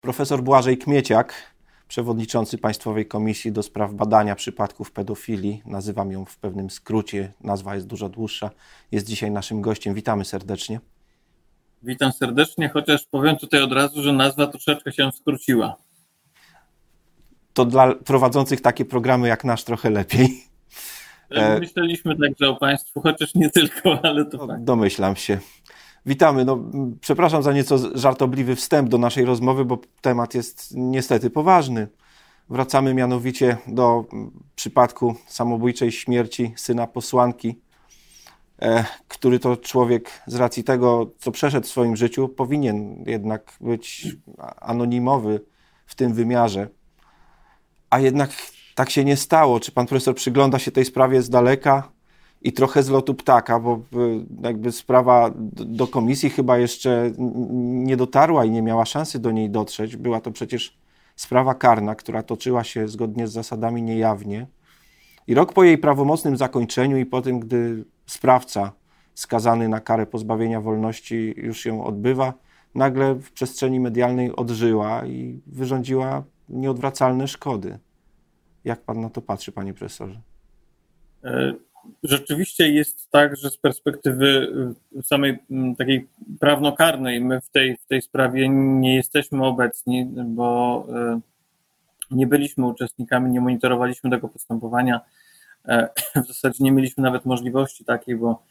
Profesor Błażej Kmieciak, przewodniczący Państwowej Komisji do Spraw Badania Przypadków Pedofilii, nazywam ją w pewnym skrócie, nazwa jest dużo dłuższa, jest dzisiaj naszym gościem. Witamy serdecznie. Witam serdecznie, chociaż powiem tutaj od razu, że nazwa troszeczkę się skróciła. To dla prowadzących takie programy jak nasz trochę lepiej. Myśleliśmy także o Państwu, chociaż nie tylko, ale to fakt. Domyślam się. Witamy. Przepraszam za nieco żartobliwy wstęp do naszej rozmowy, bo temat jest niestety poważny. Wracamy mianowicie do przypadku samobójczej śmierci syna posłanki, który to człowiek z racji tego, co przeszedł w swoim życiu, powinien jednak być anonimowy w tym wymiarze. A jednak tak się nie stało. Czy pan profesor przygląda się tej sprawie z daleka i trochę z lotu ptaka, bo jakby sprawa do komisji chyba jeszcze nie dotarła i nie miała szansy do niej dotrzeć. Była to przecież sprawa karna, która toczyła się zgodnie z zasadami niejawnie. I rok po jej prawomocnym zakończeniu i po tym, gdy sprawca skazany na karę pozbawienia wolności już ją odbywa, nagle w przestrzeni medialnej odżyła i wyrządziła nieodwracalne szkody. Jak pan na to patrzy, panie profesorze? Rzeczywiście jest tak, że z perspektywy samej takiej prawnokarnej my w tej sprawie nie jesteśmy obecni, bo nie byliśmy uczestnikami, nie monitorowaliśmy tego postępowania. W zasadzie nie mieliśmy nawet możliwości takiej, bo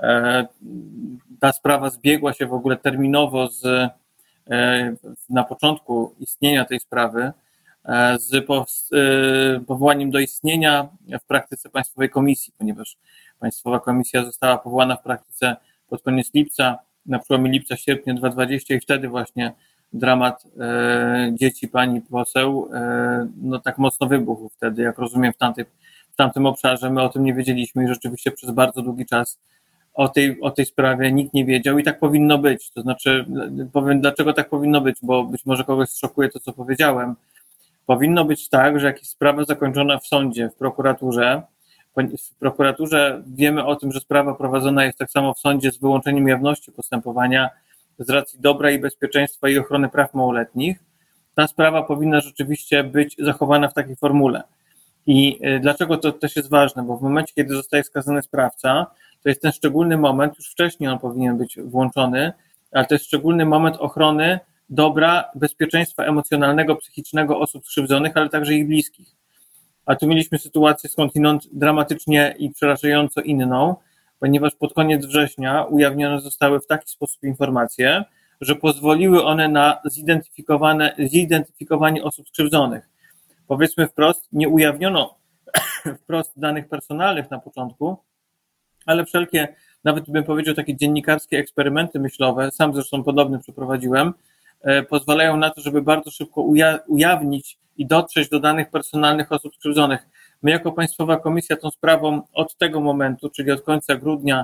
ta sprawa zbiegła się w ogóle terminowo na początku istnienia tej sprawy z powołaniem do istnienia w praktyce Państwowej Komisji, ponieważ Państwowa Komisja została powołana w praktyce pod koniec lipca, na przełomie lipca-sierpnia 2020 i wtedy właśnie dramat dzieci pani poseł tak mocno wybuchł wtedy, jak rozumiem, w tamtym obszarze. My o tym nie wiedzieliśmy i rzeczywiście przez bardzo długi czas o tej sprawie nikt nie wiedział i tak powinno być. To znaczy, powiem dlaczego tak powinno być, bo być może kogoś zszokuje to, co powiedziałem. Powinno być tak, że jak jest sprawa zakończona w sądzie, w prokuraturze wiemy o tym, że sprawa prowadzona jest tak samo w sądzie z wyłączeniem jawności postępowania z racji dobra i bezpieczeństwa i ochrony praw małoletnich. Ta sprawa powinna rzeczywiście być zachowana w takiej formule. I dlaczego to też jest ważne? Bo w momencie, kiedy zostaje skazany sprawca, to jest ten szczególny moment, już wcześniej on powinien być włączony, ale to jest szczególny moment ochrony dobra, bezpieczeństwa emocjonalnego, psychicznego osób skrzywdzonych, ale także ich bliskich. A tu mieliśmy sytuację skądinąd dramatycznie i przerażająco inną, ponieważ pod koniec września ujawnione zostały w taki sposób informacje, że pozwoliły one na zidentyfikowanie osób skrzywdzonych. Powiedzmy wprost, nie ujawniono wprost danych personalnych na początku, ale wszelkie, nawet bym powiedział, takie dziennikarskie eksperymenty myślowe, sam zresztą podobny przeprowadziłem, pozwalają na to, żeby bardzo szybko ujawnić i dotrzeć do danych personalnych osób skrzywdzonych. My jako Państwowa Komisja tą sprawą od tego momentu, czyli od końca grudnia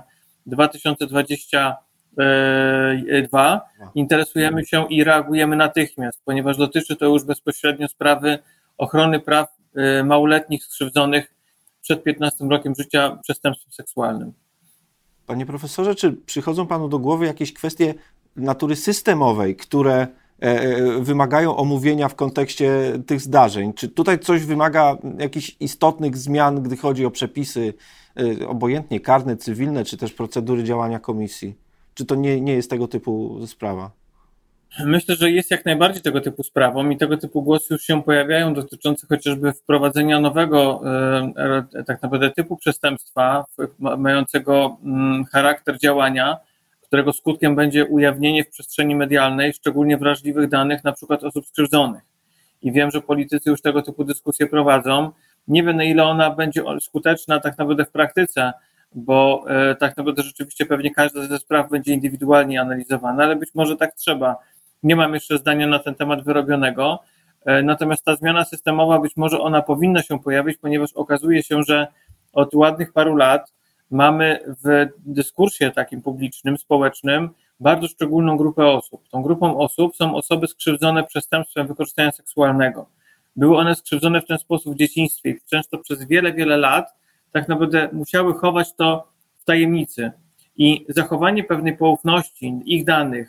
2022 interesujemy się i reagujemy natychmiast, ponieważ dotyczy to już bezpośrednio sprawy ochrony praw małoletnich skrzywdzonych przed 15 rokiem życia przestępstwem seksualnym. Panie profesorze, czy przychodzą panu do głowy jakieś kwestie natury systemowej, które wymagają omówienia w kontekście tych zdarzeń? Czy tutaj coś wymaga jakichś istotnych zmian, gdy chodzi o przepisy, obojętnie karne, cywilne, czy też procedury działania komisji? Czy to nie jest tego typu sprawa? Myślę, że jest jak najbardziej tego typu sprawą i tego typu głosy już się pojawiają dotyczące chociażby wprowadzenia nowego tak naprawdę typu przestępstwa mającego charakter działania, którego skutkiem będzie ujawnienie w przestrzeni medialnej szczególnie wrażliwych danych, na przykład osób skrzywdzonych. I wiem, że politycy już tego typu dyskusje prowadzą. Nie wiem, na ile ona będzie skuteczna tak naprawdę w praktyce, bo tak naprawdę rzeczywiście pewnie każda ze spraw będzie indywidualnie analizowana, ale być może tak trzeba. Nie mam jeszcze zdania na ten temat wyrobionego, natomiast ta zmiana systemowa, być może ona powinna się pojawić, ponieważ okazuje się, że od ładnych paru lat mamy w dyskursie takim publicznym, społecznym bardzo szczególną grupę osób. Tą grupą osób są osoby skrzywdzone przestępstwem wykorzystania seksualnego. Były one skrzywdzone w ten sposób w dzieciństwie i często przez wiele, wiele lat tak naprawdę musiały chować to w tajemnicy. I zachowanie pewnej poufności ich danych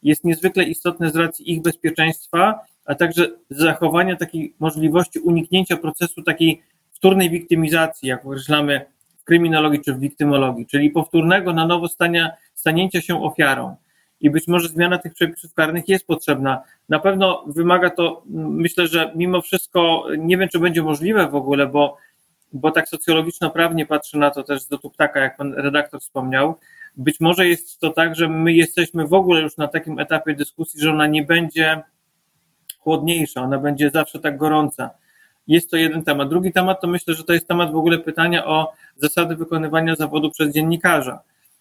jest niezwykle istotne z racji ich bezpieczeństwa, a także zachowania takiej możliwości uniknięcia procesu takiej wtórnej wiktymizacji, jak określamy w kryminologii czy w wiktymologii, czyli powtórnego na nowo stanięcia się ofiarą. I być może zmiana tych przepisów karnych jest potrzebna. Na pewno wymaga to, myślę, że mimo wszystko, nie wiem, czy będzie możliwe w ogóle, bo tak socjologiczno-prawnie patrzę na to też z lotu ptaka, jak pan redaktor wspomniał. Być może jest to tak, że my jesteśmy w ogóle już na takim etapie dyskusji, że ona nie będzie chłodniejsza, ona będzie zawsze tak gorąca. Jest to jeden temat. Drugi temat to myślę, że to jest temat w ogóle pytania o zasady wykonywania zawodu przez dziennikarza.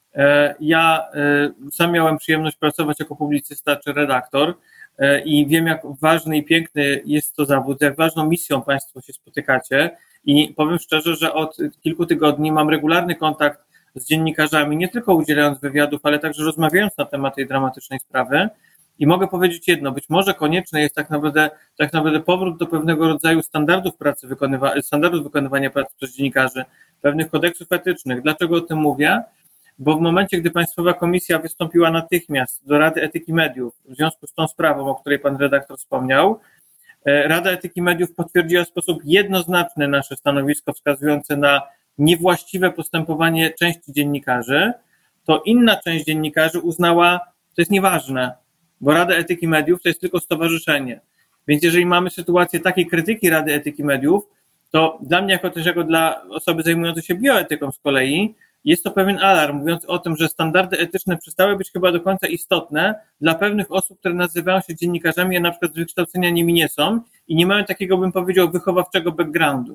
Ja sam miałem przyjemność pracować jako publicysta czy redaktor i wiem, jak ważny i piękny jest to zawód, jak ważną misją państwo się spotykacie i powiem szczerze, że od kilku tygodni mam regularny kontakt z dziennikarzami, nie tylko udzielając wywiadów, ale także rozmawiając na temat tej dramatycznej sprawy i mogę powiedzieć jedno, być może konieczny jest tak naprawdę powrót do pewnego rodzaju standardów wykonywania pracy przez dziennikarzy, pewnych kodeksów etycznych. Dlaczego o tym mówię? Bo w momencie, gdy Państwowa Komisja wystąpiła natychmiast do Rady Etyki Mediów w związku z tą sprawą, o której pan redaktor wspomniał, Rada Etyki Mediów potwierdziła w sposób jednoznaczny nasze stanowisko wskazujące na niewłaściwe postępowanie części dziennikarzy, to inna część dziennikarzy uznała, to jest nieważne, bo Rada Etyki Mediów to jest tylko stowarzyszenie. Więc jeżeli mamy sytuację takiej krytyki Rady Etyki Mediów, to dla mnie, jako też jako dla osoby zajmującej się bioetyką z kolei, jest to pewien alarm, mówiąc o tym, że standardy etyczne przestały być chyba do końca istotne dla pewnych osób, które nazywają się dziennikarzami, a na przykład z wykształcenia nimi nie są i nie mają takiego, bym powiedział, wychowawczego backgroundu.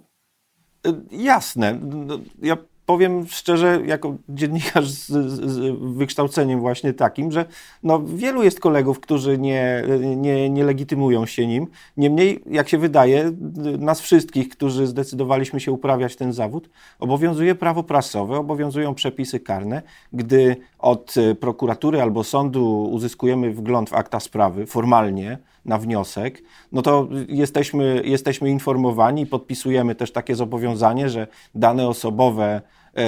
Jasne. Ja powiem szczerze, jako dziennikarz z wykształceniem właśnie takim, że wielu jest kolegów, którzy nie legitymują się nim. Niemniej, jak się wydaje, nas wszystkich, którzy zdecydowaliśmy się uprawiać ten zawód, obowiązuje prawo prasowe, obowiązują przepisy karne. Gdy od prokuratury albo sądu uzyskujemy wgląd w akta sprawy formalnie, na wniosek, to jesteśmy informowani i podpisujemy też takie zobowiązanie, że dane osobowe,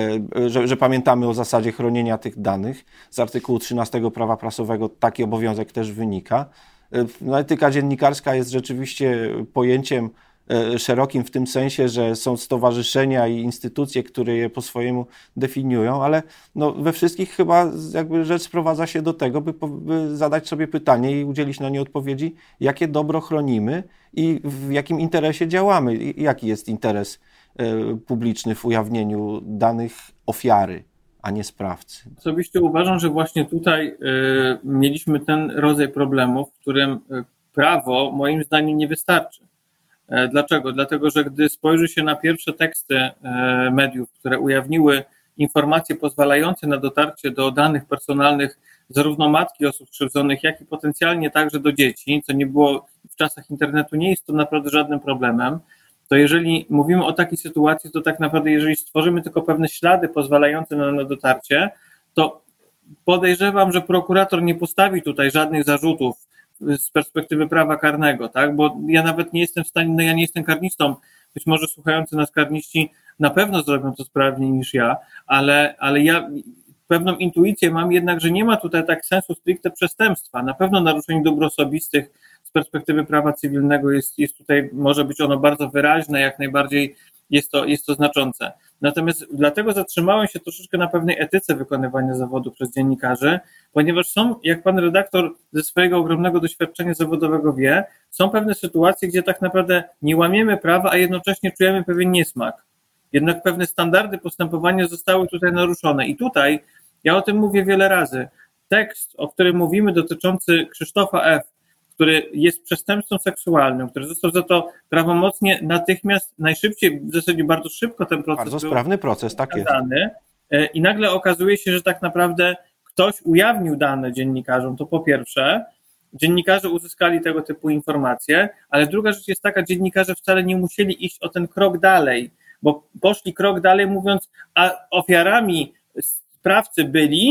że pamiętamy o zasadzie chronienia tych danych. Z artykułu 13 prawa prasowego taki obowiązek też wynika. Etyka dziennikarska jest rzeczywiście pojęciem szerokim w tym sensie, że są stowarzyszenia i instytucje, które je po swojemu definiują, ale we wszystkich chyba jakby rzecz sprowadza się do tego, by zadać sobie pytanie i udzielić na nie odpowiedzi, jakie dobro chronimy i w jakim interesie działamy. Jaki jest interes publiczny w ujawnieniu danych ofiary, a nie sprawcy. Osobiście uważam, że właśnie tutaj mieliśmy ten rodzaj problemów, w którym prawo moim zdaniem nie wystarczy. Dlaczego? Dlatego, że gdy spojrzy się na pierwsze teksty mediów, które ujawniły informacje pozwalające na dotarcie do danych personalnych zarówno matki osób skrzywdzonych, jak i potencjalnie także do dzieci, co nie było w czasach internetu, nie jest to naprawdę żadnym problemem, to jeżeli mówimy o takiej sytuacji, to tak naprawdę jeżeli stworzymy tylko pewne ślady pozwalające na dotarcie, to podejrzewam, że prokurator nie postawi tutaj żadnych zarzutów z perspektywy prawa karnego, tak? Bo ja nawet nie jestem w stanie, ja nie jestem karnistą, być może słuchający nas karniści na pewno zrobią to sprawniej niż ja, ale ja pewną intuicję mam jednak, że nie ma tutaj tak sensu stricte przestępstwa. Na pewno naruszenie dóbr osobistych z perspektywy prawa cywilnego jest tutaj, może być ono bardzo wyraźne, jak najbardziej jest to znaczące. Natomiast dlatego zatrzymałem się troszeczkę na pewnej etyce wykonywania zawodu przez dziennikarzy, ponieważ są, jak pan redaktor ze swojego ogromnego doświadczenia zawodowego wie, są pewne sytuacje, gdzie tak naprawdę nie łamiemy prawa, a jednocześnie czujemy pewien niesmak. Jednak pewne standardy postępowania zostały tutaj naruszone. I tutaj, ja o tym mówię wiele razy, tekst, o którym mówimy, dotyczący Krzysztofa F., który jest przestępcą seksualnym, który został za to prawomocnie natychmiast, najszybciej, w zasadzie bardzo szybko ten proces bardzo sprawny proces, tak jest. I nagle okazuje się, że tak naprawdę ktoś ujawnił dane dziennikarzom, to po pierwsze, dziennikarze uzyskali tego typu informacje, ale druga rzecz jest taka, dziennikarze wcale nie musieli iść o ten krok dalej, bo poszli krok dalej mówiąc, a ofiarami sprawcy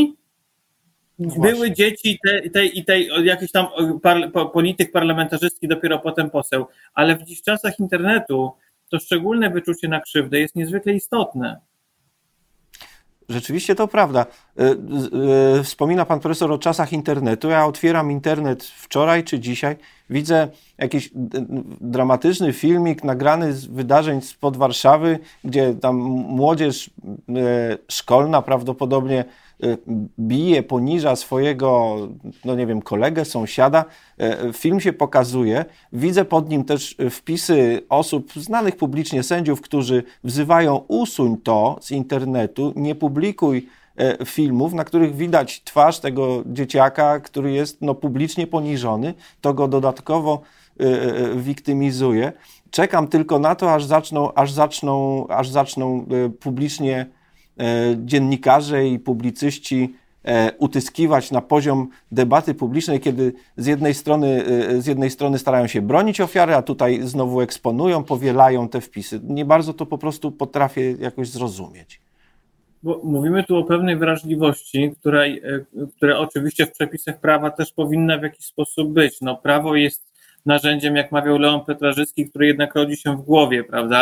były dzieci tej jakiś tam polityk parlamentarzystki, dopiero potem poseł, ale w dziś czasach internetu to szczególne wyczucie na krzywdę jest niezwykle istotne. Rzeczywiście to prawda. Wspomina pan profesor o czasach internetu. Ja otwieram internet wczoraj czy dzisiaj, widzę jakiś dramatyczny filmik nagrany z wydarzeń spod Warszawy, gdzie tam młodzież szkolna prawdopodobnie bije, poniża swojego, no nie wiem, kolegę, sąsiada. Film się pokazuje. Widzę pod nim też wpisy osób znanych publicznie, sędziów, którzy wzywają: usuń to z internetu, nie publikuj filmów, na których widać twarz tego dzieciaka, który jest publicznie poniżony. To go dodatkowo wiktymizuje. Czekam tylko na to, aż zaczną publicznie dziennikarze i publicyści utyskiwać na poziom debaty publicznej, kiedy z jednej strony starają się bronić ofiary, a tutaj znowu eksponują, powielają te wpisy. Nie bardzo to po prostu potrafię jakoś zrozumieć. Bo mówimy tu o pewnej wrażliwości, która oczywiście w przepisach prawa też powinna w jakiś sposób być. No, prawo jest narzędziem, jak mawiał Leon Petrarzycki, który jednak rodzi się w głowie, prawda?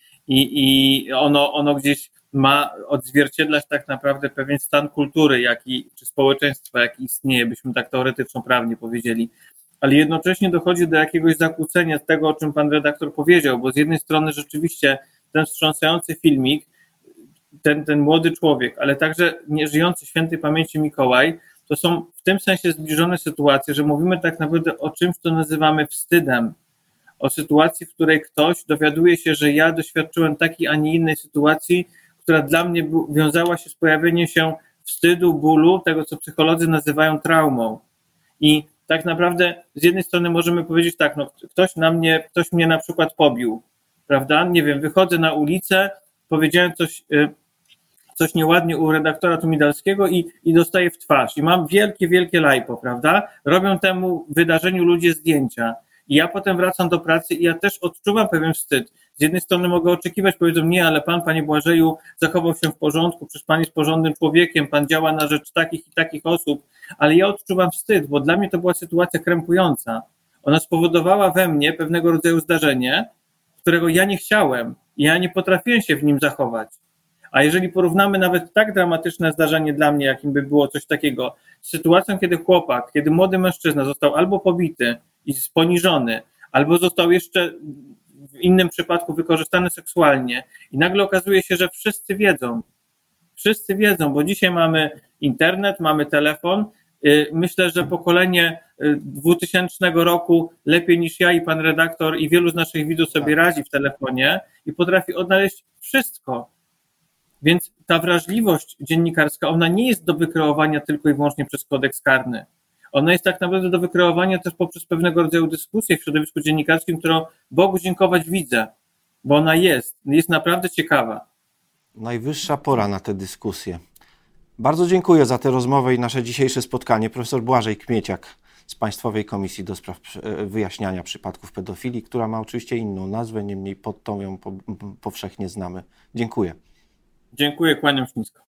I ono gdzieś ma odzwierciedlać tak naprawdę pewien stan kultury, czy społeczeństwa, jaki istnieje, byśmy tak teoretyczno-prawnie powiedzieli. Ale jednocześnie dochodzi do jakiegoś zakłócenia tego, o czym pan redaktor powiedział, bo z jednej strony rzeczywiście ten wstrząsający filmik, ten młody człowiek, ale także nieżyjący świętej pamięci Mikołaj, to są w tym sensie zbliżone sytuacje, że mówimy tak naprawdę o czymś, co nazywamy wstydem. O sytuacji, w której ktoś dowiaduje się, że ja doświadczyłem takiej, a nie innej sytuacji, która dla mnie wiązała się z pojawieniem się wstydu, bólu, tego, co psycholodzy nazywają traumą. I tak naprawdę z jednej strony możemy powiedzieć tak, ktoś mnie na przykład pobił, prawda? Nie wiem, wychodzę na ulicę, powiedziałem coś nieładnie u redaktora Tumidalskiego i dostaję w twarz. I mam wielkie lajpo, prawda? Robią temu wydarzeniu ludzie zdjęcia. I ja potem wracam do pracy i ja też odczuwam pewien wstyd. Z jednej strony mogę oczekiwać, powiedzą: nie, ale pan, panie Błażeju, zachował się w porządku, przecież pan jest porządnym człowiekiem, pan działa na rzecz takich i takich osób, ale ja odczuwam wstyd, bo dla mnie to była sytuacja krępująca. Ona spowodowała we mnie pewnego rodzaju zdarzenie, którego ja nie chciałem i ja nie potrafiłem się w nim zachować. A jeżeli porównamy nawet tak dramatyczne zdarzenie dla mnie, jakim by było coś takiego, z sytuacją, kiedy młody mężczyzna został albo pobity i poniżony, albo został jeszcze w innym przypadku wykorzystany seksualnie i nagle okazuje się, że wszyscy wiedzą, bo dzisiaj mamy internet, mamy telefon. Myślę, że pokolenie 2000 roku lepiej niż ja i pan redaktor i wielu z naszych widzów sobie radzi w telefonie i potrafi odnaleźć wszystko. Więc ta wrażliwość dziennikarska, ona nie jest do wykreowania tylko i wyłącznie przez kodeks karny. Ona jest tak naprawdę do wykreowania też poprzez pewnego rodzaju dyskusję w środowisku dziennikarskim, którą Bogu dziękować widzę, bo ona jest naprawdę ciekawa. Najwyższa pora na tę dyskusję. Bardzo dziękuję za tę rozmowę i nasze dzisiejsze spotkanie. Profesor Błażej Kmieciak z Państwowej Komisji do Spraw Wyjaśniania Przypadków Pedofilii, która ma oczywiście inną nazwę, niemniej pod tą ją powszechnie znamy. Dziękuję. Dziękuję, kłaniam się nisko.